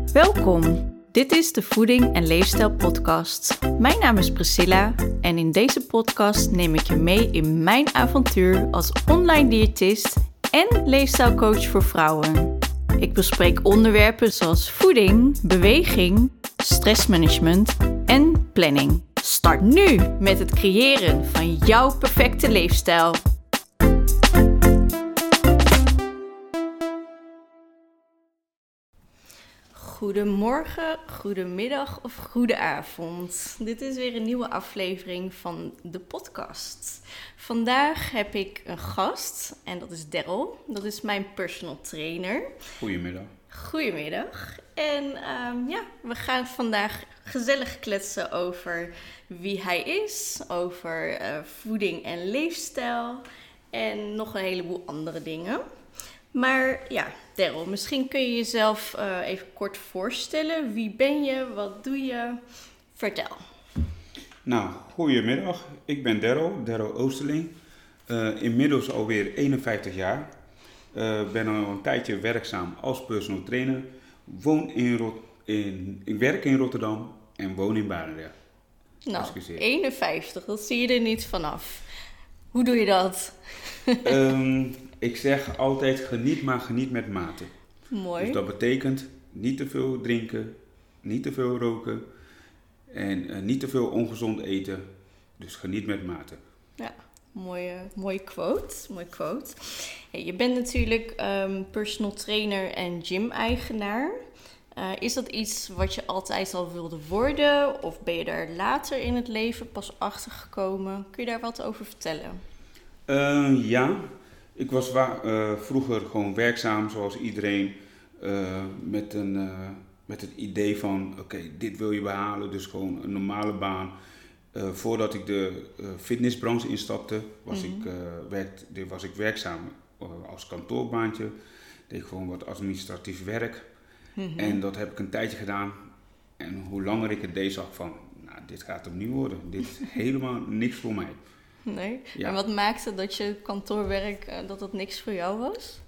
Welkom, dit is de Voeding en Leefstijl podcast. Mijn naam is Priscilla en in deze podcast neem ik je mee in mijn avontuur als online diëtist en leefstijlcoach voor vrouwen. Ik bespreek onderwerpen zoals voeding, beweging, stressmanagement en planning. Start nu met het creëren van jouw perfecte leefstijl. Goedemorgen, goedemiddag of goedenavond. Dit is weer een nieuwe aflevering van de podcast. Vandaag heb ik een gast en dat is Daryl. Dat is mijn personal trainer. Goedemiddag. Goedemiddag. En we gaan vandaag gezellig kletsen over wie hij is, over voeding en leefstijl en nog een heleboel andere dingen. Maar ja, Daryl, misschien kun je jezelf even kort voorstellen. Wie ben je? Wat doe je? Vertel. Nou, goedemiddag. Ik ben Daryl Oosterling. Inmiddels alweer 51 jaar. Ben al een tijdje werkzaam als personal trainer. Ik werk in Rotterdam en woon in Barendrecht. Nou, 51, dat zie je er niet vanaf. Hoe doe je dat? Ik zeg altijd geniet met mate. Mooi. Dus dat betekent niet te veel drinken, niet te veel roken en niet te veel ongezond eten. Dus geniet met mate. Ja, mooie quote. Hey, je bent natuurlijk personal trainer en gym-eigenaar. Is dat iets wat je altijd al wilde worden? Of ben je daar later in het leven pas achter gekomen? Kun je daar wat over vertellen? Ja, ik was vroeger gewoon werkzaam zoals iedereen. Met het idee van oké, dit wil je behalen. Dus gewoon een normale baan. Voordat ik de fitnessbranche instapte, was ik werkzaam als kantoorbaantje. Deed gewoon wat administratief werk. Mm-hmm. En dat heb ik een tijdje gedaan. En hoe langer ik het deed, zag ik van, nou, dit gaat hem niet worden. Dit is helemaal niks voor mij. Nee? Ja. En wat maakte dat je kantoorwerk, dat het niks voor jou was?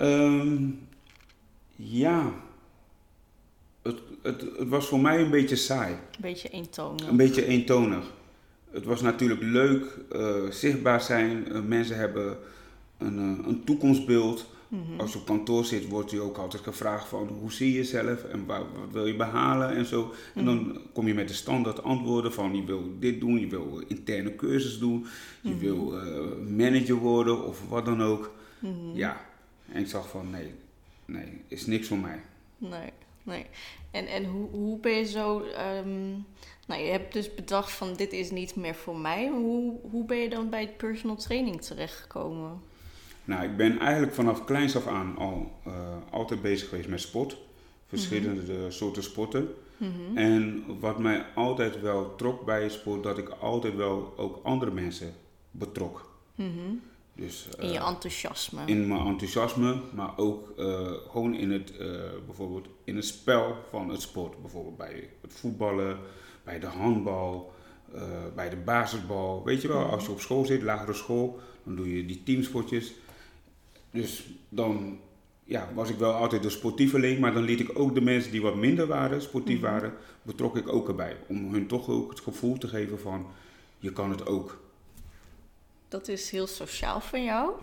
Het was voor mij een beetje saai. Een beetje eentonig. Het was natuurlijk leuk, zichtbaar zijn. Mensen hebben een toekomstbeeld. Mm-hmm. Als je op kantoor zit, wordt je ook altijd gevraagd van hoe zie je jezelf en wat wil je behalen en zo. Mm-hmm. En dan kom je met de standaard antwoorden van je wil dit doen, je wil interne cursus doen, je wil manager worden of wat dan ook. Mm-hmm. Ja, en ik zag van nee, is niks voor mij. Nee. En hoe ben je zo... je hebt dus bedacht van dit is niet meer voor mij. Hoe ben je dan bij het personal training terechtgekomen? Nou, ik ben eigenlijk vanaf kleins af aan altijd bezig geweest met sport. Verschillende soorten sporten. Mm-hmm. En wat mij altijd wel trok bij sport, dat ik altijd wel ook andere mensen betrok. Mm-hmm. Dus, in je enthousiasme. In mijn enthousiasme, maar ook gewoon in het, bijvoorbeeld in het spel van het sport. Bijvoorbeeld bij het voetballen, bij de handbal, bij de basisbal. Weet je wel, als je op school zit, lagere school, dan doe je die teamsportjes. Dus dan was ik wel altijd de sportieveling, maar dan liet ik ook de mensen die wat minder waren, sportief waren, betrok ik ook erbij. Om hun toch ook het gevoel te geven van, je kan het ook. Dat is heel sociaal van jou.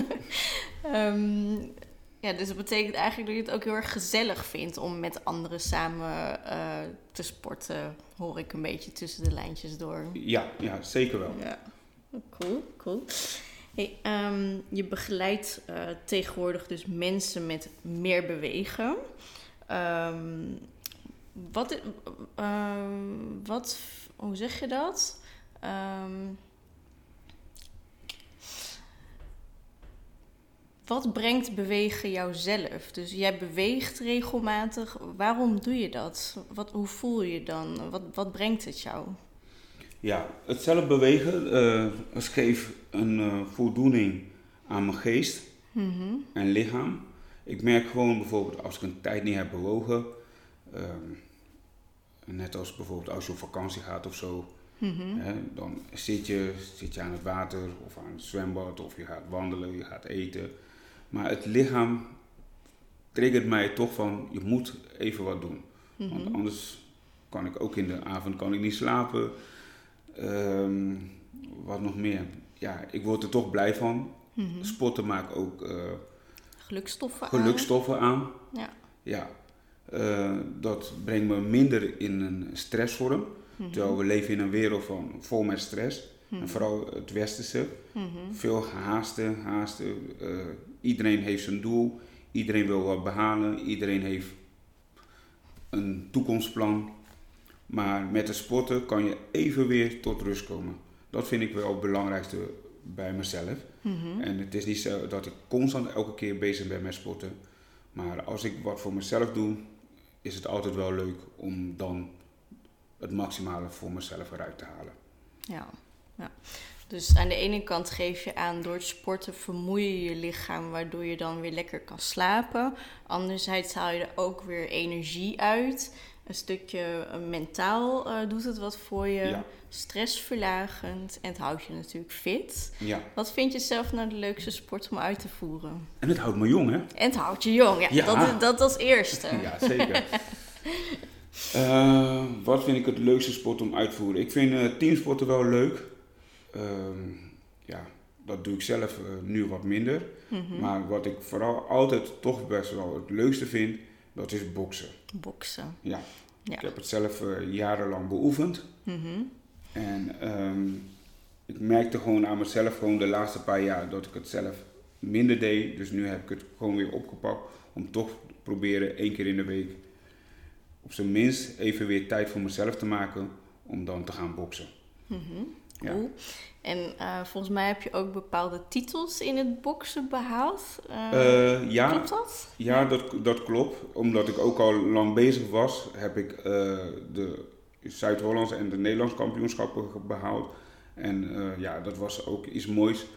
Ja. Dus dat betekent eigenlijk dat je het ook heel erg gezellig vindt om met anderen samen te sporten. Hoor ik een beetje tussen de lijntjes door. Ja, zeker wel. Ja. Cool. Hey, je begeleidt tegenwoordig dus mensen met meer bewegen. Hoe zeg je dat? Wat brengt bewegen jou zelf? Dus jij beweegt regelmatig. Waarom doe je dat? Hoe voel je dan? Wat brengt het jou? Ja, het zelf bewegen geeft een voldoening aan mijn geest en lichaam. Ik merk gewoon bijvoorbeeld als ik een tijd niet heb bewogen, net als bijvoorbeeld als je op vakantie gaat of zo, dan zit je aan het water of aan het zwembad of je gaat wandelen, je gaat eten. Maar het lichaam triggert mij toch van, je moet even wat doen. Want anders kan ik ook in de avond niet slapen. Wat nog meer? Ja, ik word er toch blij van. Sporten maakt ook gelukstoffen aan. Ja. Dat brengt me minder in een stressvorm. Terwijl we leven in een wereld vol met stress. En vooral het westerse. Veel haasten. Iedereen heeft zijn doel. Iedereen wil wat behalen. Iedereen heeft een toekomstplan. Maar met het sporten kan je even weer tot rust komen. Dat vind ik wel het belangrijkste bij mezelf. En het is niet zo dat ik constant elke keer bezig ben met sporten. Maar als ik wat voor mezelf doe, is het altijd wel leuk om dan het maximale voor mezelf eruit te halen. Ja. Dus aan de ene kant geef je aan, door het sporten vermoei je je lichaam, waardoor je dan weer lekker kan slapen. Anderzijds haal je er ook weer energie uit. Een stukje mentaal doet het wat voor je. Ja. Stressverlagend. En het houdt je natuurlijk fit. Ja. Wat vind je zelf nou de leukste sport om uit te voeren? En het houdt me jong, hè? En het houdt je jong, ja. Dat als eerste. Ja, zeker. Wat vind ik het leukste sport om uit te voeren? Ik vind teamsporten wel leuk. Dat doe ik zelf nu wat minder. Maar wat ik vooral altijd toch best wel het leukste vind, dat is boksen. Boksen. Ja. Ik heb het zelf jarenlang beoefend. En ik merkte gewoon aan mezelf de laatste paar jaar dat ik het zelf minder deed. Dus nu heb ik het gewoon weer opgepakt om toch proberen 1 keer in de week op zijn minst even weer tijd voor mezelf te maken om dan te gaan boksen. Ja. Cool. En volgens mij heb je ook bepaalde titels in het boksen behaald. Klopt dat? Ja, dat klopt. Omdat ik ook al lang bezig was, heb ik de Zuid-Hollandse en de Nederlandse kampioenschappen behaald. En dat was ook iets moois.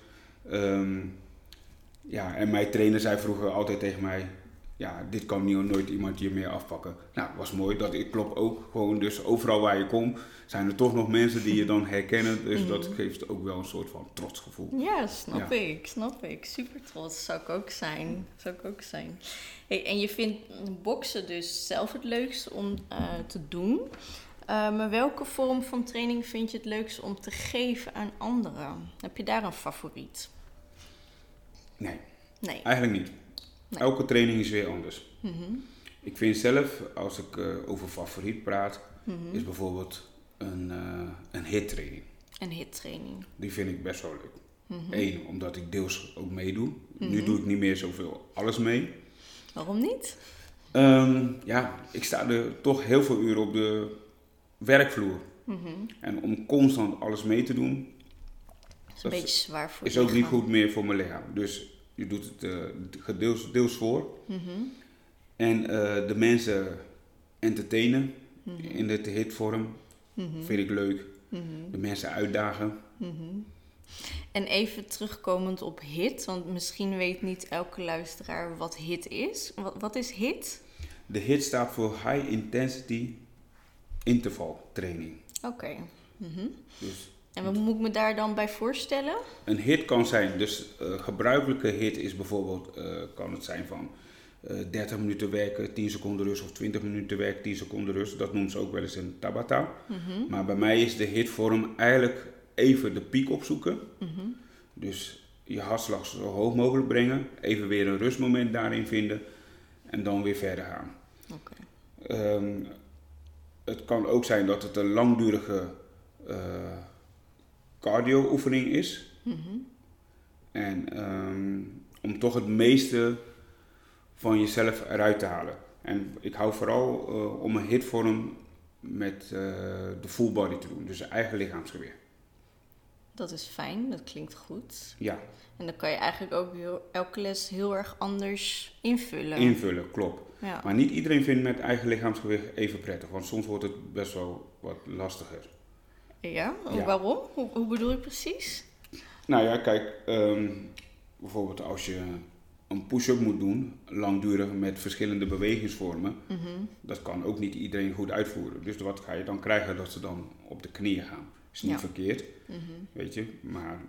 En mijn trainer zei vroeger altijd tegen mij, dit kan nooit iemand je meer afpakken. Nou, dat was mooi. Dat klopt ook gewoon. Dus overal waar je komt, zijn er toch nog mensen die je dan herkennen. Dus dat geeft ook wel een soort van trotsgevoel. Ja, snap ik. Super trots. Zou ik ook zijn. Hey, en je vindt boksen dus zelf het leukste om te doen. Maar welke vorm van training vind je het leukste om te geven aan anderen? Heb je daar een favoriet? Nee. Eigenlijk niet. Nee. Elke training is weer anders. Ik vind zelf, als ik over favoriet praat, is bijvoorbeeld een HIIT-training. Een HIIT-training. Die vind ik best wel leuk. 1, omdat ik deels ook meedoe. Nu doe ik niet meer zoveel alles mee. Waarom niet? Ik sta er toch heel veel uren op de werkvloer. En om constant alles mee te doen, is een beetje zwaar voor is ook niet goed meer voor mijn lichaam. Dus je doet het deels voor. En de mensen entertainen in de HIIT-vorm. Vind ik leuk. De mensen uitdagen. En even terugkomend op HIIT, want misschien weet niet elke luisteraar wat HIIT is. Wat is HIIT? De HIIT staat voor High Intensity Interval Training. Oké. Dus, en wat moet ik me daar dan bij voorstellen? Een HIIT kan zijn, dus gebruikelijke HIIT is bijvoorbeeld, kan het zijn van 30 minuten werken, 10 seconden rust of 20 minuten werken, 10 seconden rust. Dat noemen ze ook wel eens een Tabata. Maar bij mij is de HIIT-vorm eigenlijk even de piek opzoeken. Dus je hartslag zo hoog mogelijk brengen, even weer een rustmoment daarin vinden en dan weer verder gaan. Het kan ook zijn dat het een langdurige cardio-oefening is. En om toch het meeste van jezelf eruit te halen. En ik hou vooral om een HIIT-vorm met de full body te doen. Dus eigen lichaamsgewicht. Dat is fijn, dat klinkt goed. Ja. En dan kan je eigenlijk ook elke les heel erg anders invullen. Invullen, klopt. Ja. Maar niet iedereen vindt met eigen lichaamsgewicht even prettig. Want soms wordt het best wel wat lastiger. Ja? Waarom? Hoe bedoel je precies? Nou ja, kijk, bijvoorbeeld als je een push-up moet doen, langdurig met verschillende bewegingsvormen, dat kan ook niet iedereen goed uitvoeren. Dus wat ga je dan krijgen? Dat ze dan op de knieën gaan. Is niet verkeerd, weet je. Maar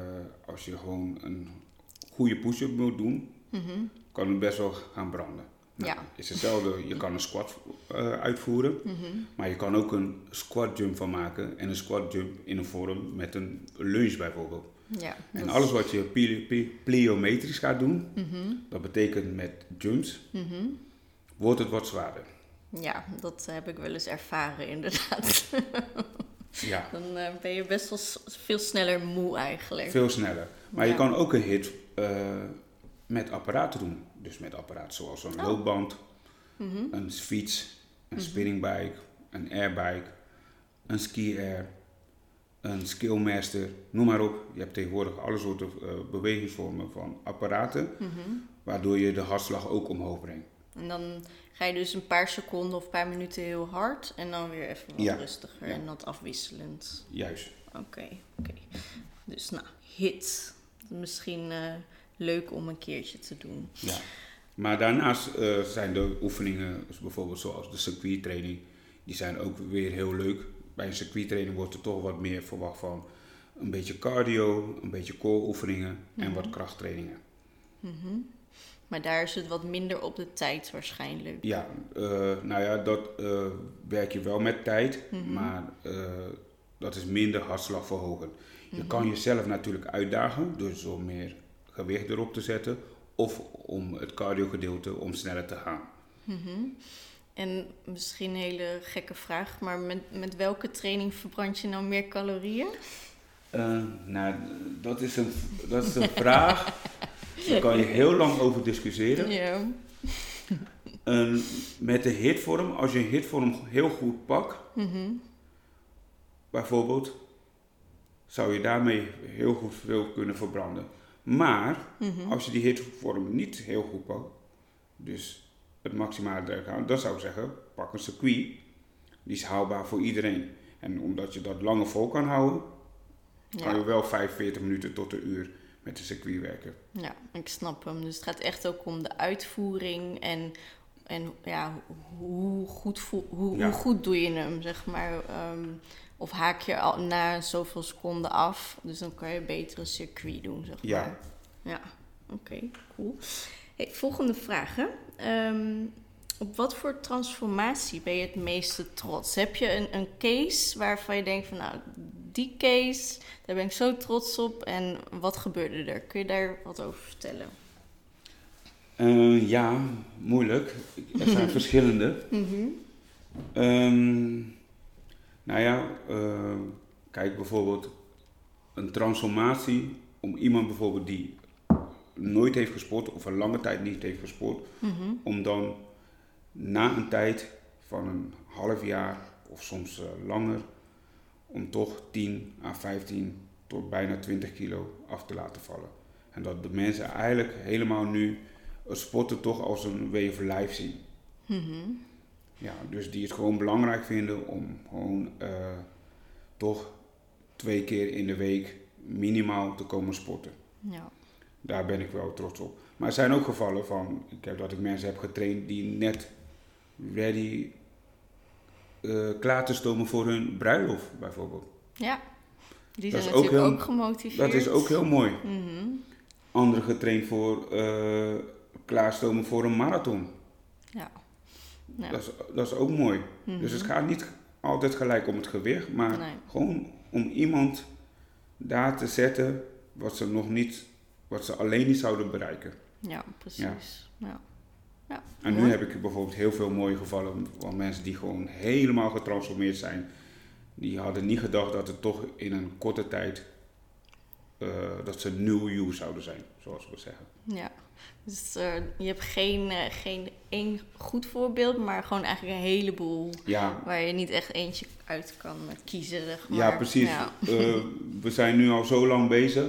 als je gewoon een goede push-up moet doen, kan het best wel gaan branden. Nou, is hetzelfde. Je kan een squat uitvoeren, maar je kan ook een squat jump van maken en een squat jump in een vorm met een lunge bijvoorbeeld. Ja, en alles wat je pliometrisch gaat doen, dat betekent met jumps, wordt het wat zwaarder. Ja, dat heb ik wel eens ervaren inderdaad. Ja. Dan ben je best wel veel sneller moe eigenlijk. Veel sneller. Maar je kan ook een hit met apparaten doen. Dus met apparaten zoals een loopband, een fiets, een spinningbike, een airbike, een ski-air, een skillmaster, noem maar op. Je hebt tegenwoordig alle soorten bewegingsvormen van apparaten, waardoor je de hartslag ook omhoog brengt. En dan ga je dus een paar seconden of een paar minuten heel hard en dan weer even wat rustiger en wat afwisselend. Juist. Oké. Dus HIIT. Misschien leuk om een keertje te doen. Ja. Maar daarnaast zijn de oefeningen, dus bijvoorbeeld zoals de circuittraining, die zijn ook weer heel leuk. Bij een circuittraining wordt er toch wat meer verwacht van een beetje cardio, een beetje core oefeningen en wat krachttrainingen. Maar daar is het wat minder op de tijd waarschijnlijk. Ja, dat werk je wel met tijd, maar dat is minder hartslagverhogend. Je kan jezelf natuurlijk uitdagen, dus om meer gewicht erop te zetten of om het cardio gedeelte om sneller te gaan. En misschien een hele gekke vraag, maar met welke training verbrand je nou meer calorieën? Dat is een vraag. Daar kan je heel lang over discussiëren. Ja. Met de hitvorm, als je een hitvorm heel goed pakt, bijvoorbeeld, zou je daarmee heel goed veel kunnen verbranden. Maar als je die hitvorm niet heel goed pakt, dus het maximale eruit haalt, dan zou ik zeggen, pak een circuit. Die is haalbaar voor iedereen. En omdat je dat langer vol kan houden, kan je wel 45 minuten tot een uur met de circuit werken. Ja, ik snap hem. Dus het gaat echt ook om de uitvoering en hoe goed doe je hem, zeg maar. Of haak je al na zoveel seconden af. Dus dan kan je beter een circuit doen, zeg maar. Ja, oké, cool. Hey, volgende vraag. Op wat voor transformatie ben je het meeste trots? Heb je een case waarvan je denkt van die case, daar ben ik zo trots op. En wat gebeurde er? Kun je daar wat over vertellen? Ja, moeilijk. Er zijn verschillende. Kijk bijvoorbeeld een transformatie om iemand bijvoorbeeld die nooit heeft gesport of een lange tijd niet heeft gesport, om dan na een tijd van een half jaar of soms langer, om toch 10 à 15 tot bijna 20 kilo af te laten vallen. En dat de mensen eigenlijk helemaal nu het sporten toch als een way of life zien. Ja, dus die het gewoon belangrijk vinden om gewoon toch 2 keer in de week minimaal te komen sporten. Ja. Daar ben ik wel trots op. Maar er zijn ook gevallen van, dat ik mensen heb getraind die net ready klaar te stomen voor hun bruiloft bijvoorbeeld. Ja, die zijn natuurlijk ook gemotiveerd. Dat is ook heel mooi. Anderen getraind voor klaarstomen voor een marathon. Ja. Dat is ook mooi. Dus het gaat niet altijd gelijk om het gewicht, maar gewoon om iemand daar te zetten wat ze alleen niet zouden bereiken. Ja, precies. Ja. En nu heb ik bijvoorbeeld heel veel mooie gevallen van mensen die gewoon helemaal getransformeerd zijn. Die hadden niet gedacht dat het toch in een korte tijd dat ze new you zouden zijn, zoals we zeggen. Ja, dus je hebt geen één goed voorbeeld, maar gewoon eigenlijk een heleboel waar je niet echt eentje uit kan kiezen. Zeg maar. Ja, precies. Ja. We zijn nu al zo lang bezig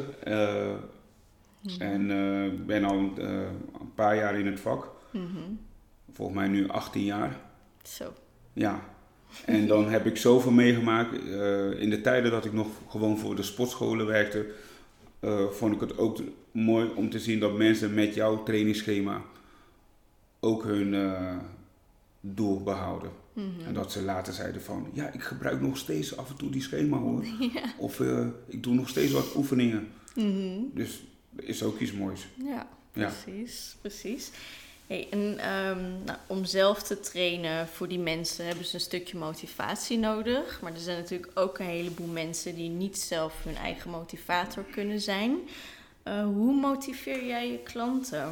en ben al een paar jaar in het vak. Volgens mij nu 18 jaar. Zo. Ja. En dan heb ik zoveel meegemaakt. In de tijden dat ik nog gewoon voor de sportscholen werkte, vond ik het ook mooi om te zien dat mensen met jouw trainingsschema ook hun doel behouden. En dat ze later zeiden van, ja, ik gebruik nog steeds af en toe die schema hoor. Ja. Of ik doe nog steeds wat oefeningen. Dus dat is ook iets moois. Ja, precies. Hey, en om zelf te trainen voor die mensen hebben ze een stukje motivatie nodig. Maar er zijn natuurlijk ook een heleboel mensen die niet zelf hun eigen motivator kunnen zijn. Hoe motiveer jij je klanten?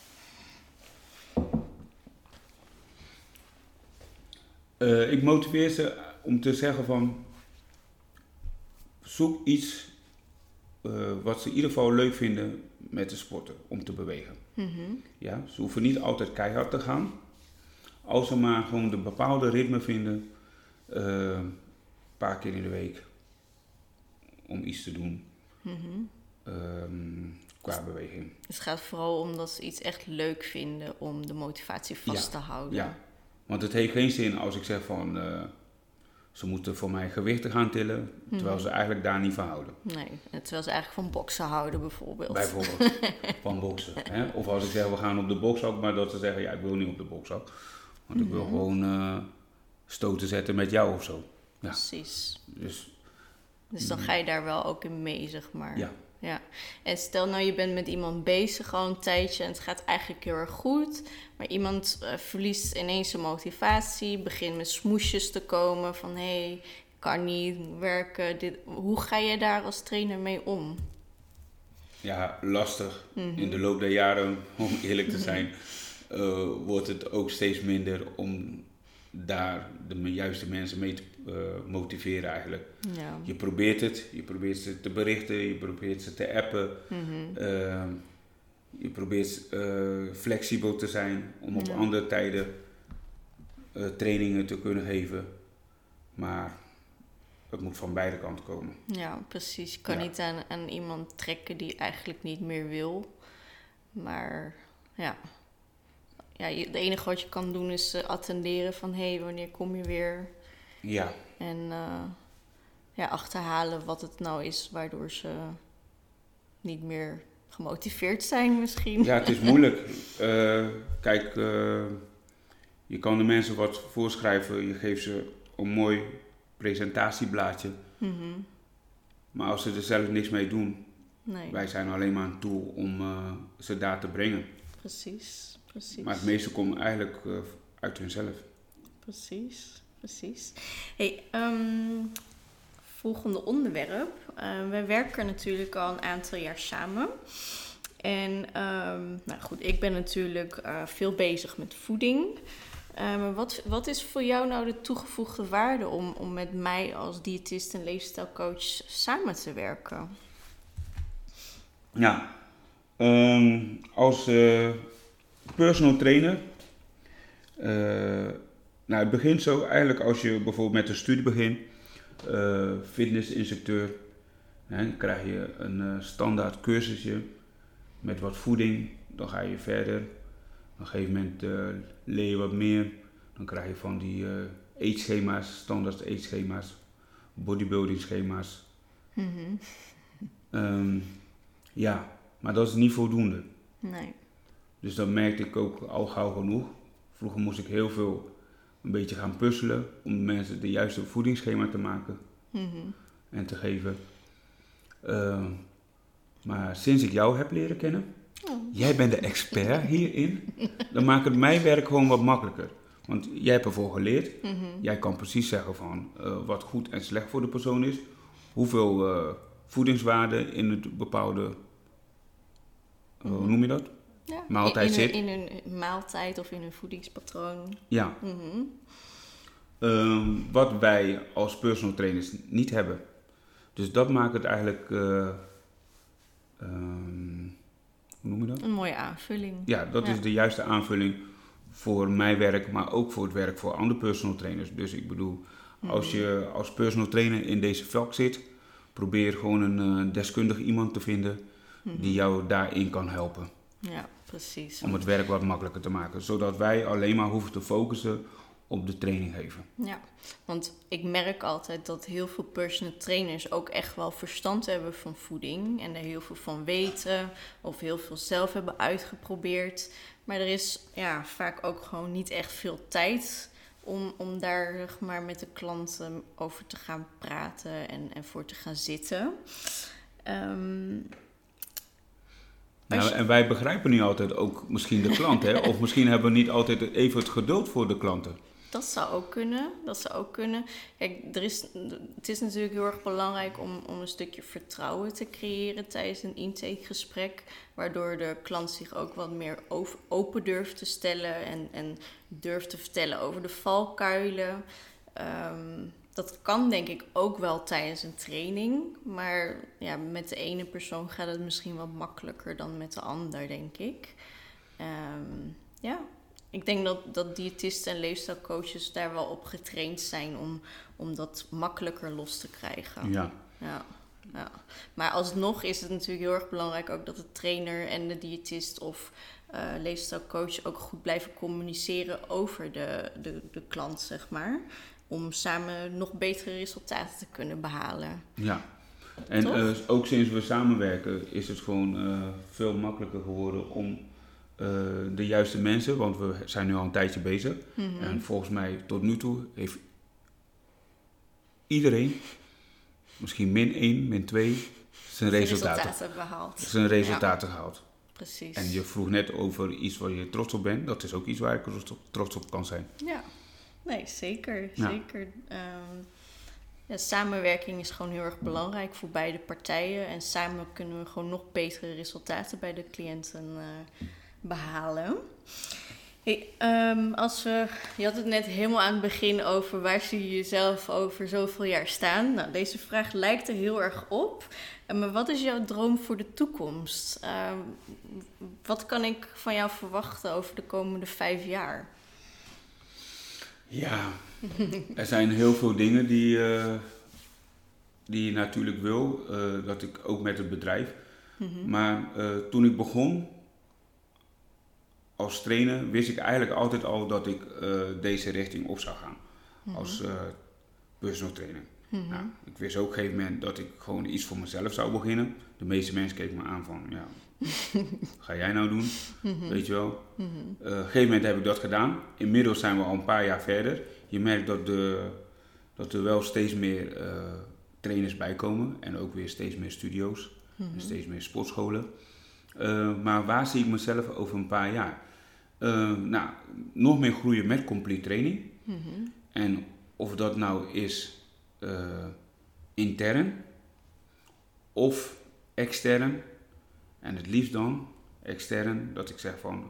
Ik motiveer ze om te zeggen van, zoek iets wat ze in ieder geval leuk vinden met de sporten, om te bewegen. Mm-hmm. Ja, ze hoeven niet altijd keihard te gaan. Als ze maar gewoon de bepaalde ritme vinden, een paar keer in de week, om iets te doen. Mm-hmm. Qua beweging. Dus het gaat vooral om dat ze iets echt leuk vinden om de motivatie vast te houden. Ja, want het heeft geen zin als ik zeg van, ze moeten voor mij gewichten gaan tillen, terwijl ze eigenlijk daar niet van houden. Nee, terwijl ze eigenlijk van boksen houden bijvoorbeeld. Bijvoorbeeld, van boksen. Hè? Of als ik zeg, we gaan op de bokshak, maar dat ze zeggen, ja, ik wil niet op de bokshak. Want ik wil gewoon stoten zetten met jou of zo. Ja. Precies. Dus dan ga je daar wel ook in mee, zeg maar. Ja. En stel nou, je bent met iemand bezig al een tijdje en het gaat eigenlijk heel erg goed. Maar iemand verliest ineens zijn motivatie, begint met smoesjes te komen van ik kan niet werken. Hoe ga je daar als trainer mee om? Ja, lastig. In de loop der jaren, om eerlijk te zijn, wordt het ook steeds minder om daar de juiste mensen mee te motiveren eigenlijk. Ja. Je probeert ze te berichten, je probeert ze te appen. Je probeert flexibel te zijn om op andere tijden trainingen te kunnen geven. Maar het moet van beide kanten komen. Ja, precies. Je kan niet aan iemand trekken die eigenlijk niet meer wil. Maar ja, het enige wat je kan doen is attenderen van wanneer kom je weer? Ja. En achterhalen wat het nou is waardoor ze niet meer gemotiveerd zijn misschien. Ja, het is moeilijk. Kijk, je kan de mensen wat voorschrijven. Je geeft ze een mooi presentatieblaadje. Mm-hmm. Maar als ze er zelf niks mee doen, nee. Wij zijn alleen maar een tool om ze daar te brengen. Precies. Maar het meeste komt eigenlijk uit hunzelf. Precies. Hey, volgende onderwerp. Wij werken natuurlijk al een aantal jaar samen. En ik ben natuurlijk veel bezig met voeding. Maar wat is voor jou nou de toegevoegde waarde om met mij als diëtist en leefstijlcoach samen te werken? Ja, als personal trainer, het begint zo eigenlijk als je bijvoorbeeld met een studie begint, fitnessinstructeur, dan krijg je een standaard cursusje met wat voeding, dan ga je verder. Op een gegeven moment leer je wat meer, dan krijg je van die eetschema's, standaard eetschema's, bodybuilding schema's. Mm-hmm. Maar dat is niet voldoende. Nee. Dus dat merkte ik ook al gauw genoeg. Vroeger moest ik heel veel een beetje gaan puzzelen om mensen de juiste voedingsschema te maken en te geven. Maar sinds ik jou heb leren kennen, jij bent de expert hierin, dan maakt het mijn werk gewoon wat makkelijker. Want jij hebt ervoor geleerd, jij kan precies zeggen van wat goed en slecht voor de persoon is, hoeveel voedingswaarde in het bepaalde, hoe noem je dat? Ja, maaltijd zit. In hun maaltijd of in hun voedingspatroon. Ja. Wat wij als personal trainers niet hebben. Dus dat maakt het eigenlijk, hoe noem je dat? Een mooie aanvulling. Ja, dat is de juiste aanvulling voor mijn werk, maar ook voor het werk voor andere personal trainers. Dus ik bedoel, als je als personal trainer in deze vak zit, probeer gewoon een deskundig iemand te vinden die jou daarin kan helpen. Ja, precies. Om het werk wat makkelijker te maken, zodat wij alleen maar hoeven te focussen op de training geven. Ja, want ik merk altijd dat heel veel personal trainers ook echt wel verstand hebben van voeding en er heel veel van weten of heel veel zelf hebben uitgeprobeerd. Maar er is vaak ook gewoon niet echt veel tijd om daar zeg maar, met de klanten over te gaan praten en voor te gaan zitten. En wij begrijpen niet altijd ook misschien de klant, hè? Of misschien hebben we niet altijd even het geduld voor de klanten. Dat zou ook kunnen. Kijk, het is natuurlijk heel erg belangrijk om een stukje vertrouwen te creëren tijdens een intakegesprek. Waardoor de klant zich ook wat meer open durft te stellen en durft te vertellen over de valkuilen. Dat kan denk ik ook wel tijdens een training. Maar ja, met de ene persoon gaat het misschien wat makkelijker dan met de ander, denk ik. Ik denk dat diëtisten en leefstijlcoaches daar wel op getraind zijn om dat makkelijker los te krijgen. Ja. Maar alsnog is het natuurlijk heel erg belangrijk ook dat de trainer en de diëtist of leefstijlcoach ook goed blijven communiceren over de klant, zeg maar. Om samen nog betere resultaten te kunnen behalen. Ja, en ook sinds we samenwerken is het gewoon veel makkelijker geworden om de juiste mensen, want we zijn nu al een tijdje bezig. Mm-hmm. En volgens mij tot nu toe heeft iedereen, misschien -1, -2, zijn resultaten gehaald. Precies. En je vroeg net over iets waar je trots op bent. Dat is ook iets waar ik trots op kan zijn. Ja, nee, zeker. Zeker. Samenwerking is gewoon heel erg belangrijk voor beide partijen. En samen kunnen we gewoon nog betere resultaten bij de cliënten behalen. Hey, je had het net helemaal aan het begin over waar zie je jezelf over zoveel jaar staan. Nou, deze vraag lijkt er heel erg op. Maar wat is jouw droom voor de toekomst? Wat kan ik van jou verwachten over de komende 5 jaar? Ja, er zijn heel veel dingen die je natuurlijk wil. Dat ik ook met het bedrijf. Mm-hmm. Maar toen ik begon als trainer wist ik eigenlijk altijd al dat ik deze richting op zou gaan. Mm-hmm. Als personal trainer. Mm-hmm. Nou, ik wist ook op een gegeven moment dat ik gewoon iets voor mezelf zou beginnen. De meeste mensen keken me aan van, ja, ga jij nou doen? Mm-hmm. Weet je wel. Mm-hmm. Op een gegeven moment heb ik dat gedaan. Inmiddels zijn we al een paar jaar verder. Je merkt dat er wel steeds meer trainers bijkomen. En ook weer steeds meer studio's. Mm-hmm. En steeds meer sportscholen. Maar waar zie ik mezelf over een paar jaar? Nog meer groeien met complete training. Mm-hmm. En of dat nou is intern of extern. En het liefst dan extern, dat ik zeg van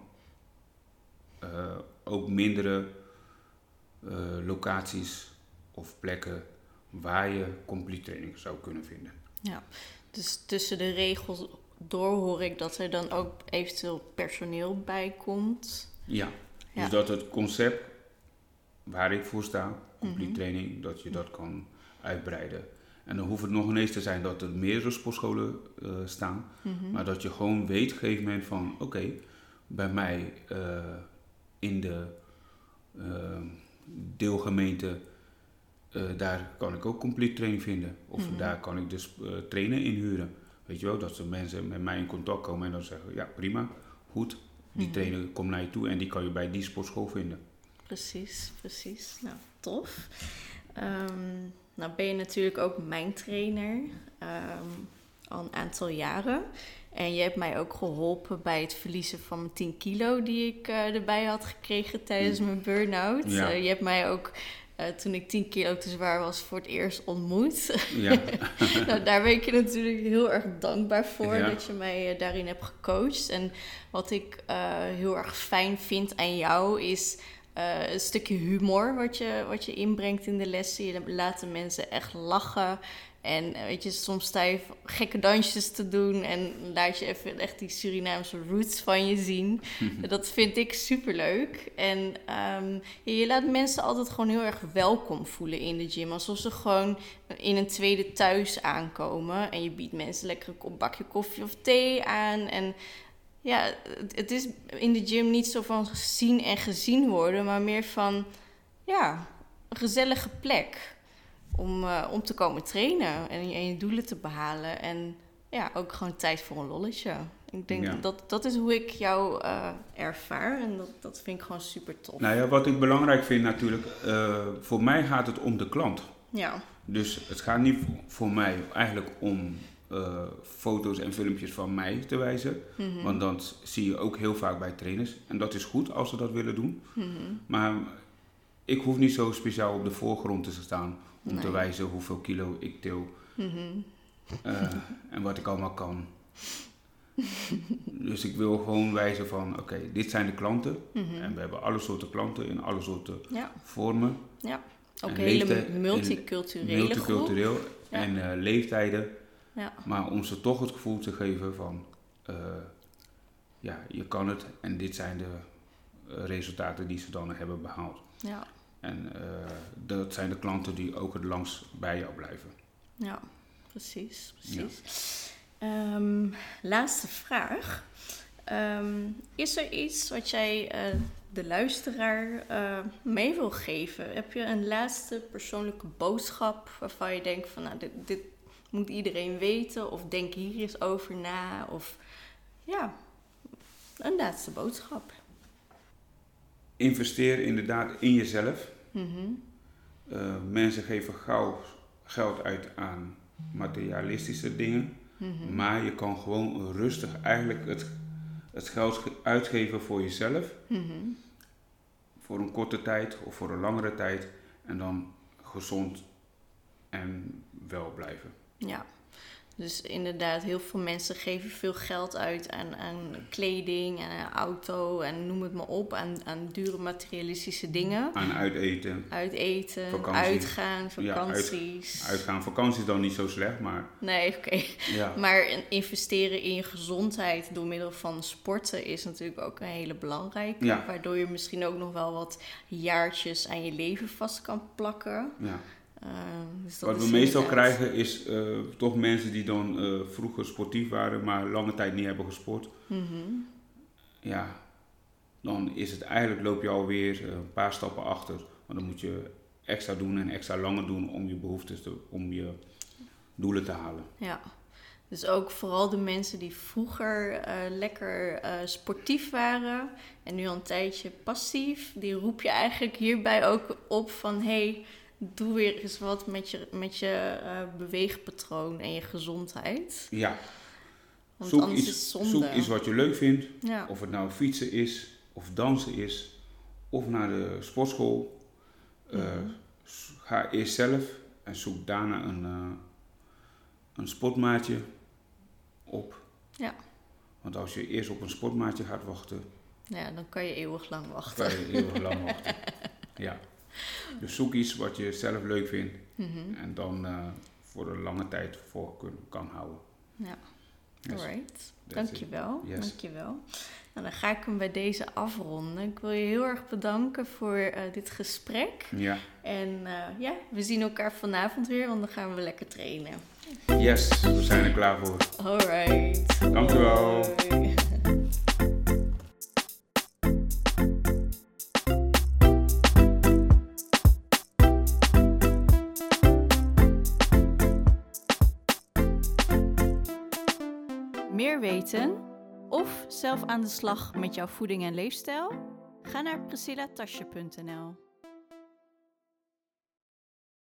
ook mindere locaties of plekken waar je complete training zou kunnen vinden. Ja, dus tussen de regels door hoor ik dat er dan ook eventueel personeel bij komt. Ja, dus dat het concept waar ik voor sta, complete training, dat je dat kan uitbreiden. En dan hoeft het nog ineens te zijn dat er meerdere sportscholen staan. Mm-hmm. Maar dat je gewoon weet op een gegeven moment van oké, bij mij in de deelgemeente, daar kan ik ook complete training vinden. Of daar kan ik dus trainen inhuren. Weet je wel, dat de mensen met mij in contact komen en dan zeggen, ja prima, goed. Die trainer komt naar je toe en die kan je bij die sportschool vinden. Precies. Nou, tof. Nou ben je natuurlijk ook mijn trainer al een aantal jaren. En je hebt mij ook geholpen bij het verliezen van mijn 10 kilo die ik erbij had gekregen tijdens mijn burn-out. Ja. Je hebt mij ook, toen ik 10 kilo te zwaar was, voor het eerst ontmoet. Ja. Nou, daar ben ik je natuurlijk heel erg dankbaar voor dat je mij daarin hebt gecoacht. En wat ik heel erg fijn vind aan jou is een stukje humor wat je inbrengt in de lessen. Je laat de mensen echt lachen. En weet je, soms sta je gekke dansjes te doen en laat je even echt die Surinaamse roots van je zien. Dat vind ik superleuk. En je laat mensen altijd gewoon heel erg welkom voelen in de gym. Alsof ze gewoon in een tweede thuis aankomen. En je biedt mensen lekker een bakje koffie of thee aan. En ja, het is in de gym niet zo van zien en gezien worden, maar meer van, ja, een gezellige plek om te komen trainen en je doelen te behalen. En ja, ook gewoon tijd voor een lolletje. Ik denk dat is hoe ik jou ervaar en dat vind ik gewoon super tof. Nou ja, wat ik belangrijk vind natuurlijk, voor mij gaat het om de klant. Ja. Dus het gaat niet voor mij eigenlijk om foto's en filmpjes van mij te wijzen. Want dat zie je ook heel vaak bij trainers. En dat is goed als ze dat willen doen. Maar ik hoef niet zo speciaal op de voorgrond te staan om te wijzen hoeveel kilo ik til. En wat ik allemaal kan. Dus ik wil gewoon wijzen van, oké, dit zijn de klanten. En we hebben alle soorten klanten in alle soorten vormen. Ja, ook een hele multiculturele groep. En leeftijden. Ja. Maar om ze toch het gevoel te geven van, je kan het. En dit zijn de resultaten die ze dan hebben behaald. Ja. En dat zijn de klanten die ook het langst bij jou blijven. Ja, precies. Ja. Laatste vraag. Is er iets wat jij de luisteraar mee wil geven? Heb je een laatste persoonlijke boodschap waarvan je denkt van, nou, dit moet iedereen weten, of denk hier eens over na, of een laatste boodschap? Investeer inderdaad in jezelf. Mensen geven gauw geld uit aan materialistische dingen. Maar je kan gewoon rustig eigenlijk het geld uitgeven voor jezelf. Voor een korte tijd of voor een langere tijd. En dan gezond en wel blijven. Ja, dus inderdaad, heel veel mensen geven veel geld uit aan kleding en aan auto en noem het maar op. Aan dure materialistische dingen. Aan uiteten, uitgaan, vakanties. Uitgaan, vakantie is dan niet zo slecht, maar... Nee, oké. Ja. Maar investeren in je gezondheid door middel van sporten is natuurlijk ook een hele belangrijke. Ja. Waardoor je misschien ook nog wel wat jaartjes aan je leven vast kan plakken. Ja. Dus wat we meestal krijgen is toch mensen die dan vroeger sportief waren, maar lange tijd niet hebben gesport. Ja, dan is het eigenlijk, loop je alweer een paar stappen achter. Want dan moet je extra doen en extra langer doen om je behoeftes, om je doelen te halen. Ja, dus ook vooral de mensen die vroeger lekker sportief waren en nu al een tijdje passief, die roep je eigenlijk hierbij ook op van hey, doe weer eens wat met je beweegpatroon en je gezondheid. Ja. Want anders is het zonde. Zoek iets wat je leuk vindt. Ja. Of het nou fietsen is, of dansen is, of naar de sportschool. Ga eerst zelf en zoek daarna een sportmaatje op. Ja. Want als je eerst op een sportmaatje gaat wachten... Ja, dan kan je eeuwig lang wachten. Ja. Dus zoek iets wat je zelf leuk vindt en dan voor een lange tijd voor kan houden. Ja, alright. Dankjewel. Yes. Dankjewel. Nou, dan ga ik hem bij deze afronden. Ik wil je heel erg bedanken voor dit gesprek. Ja. En we zien elkaar vanavond weer, want dan gaan we lekker trainen. Yes, we zijn er klaar voor. Alright. Dankjewel. Hoi. Meer weten of zelf aan de slag met jouw voeding en leefstijl? Ga naar priscillatasje.nl.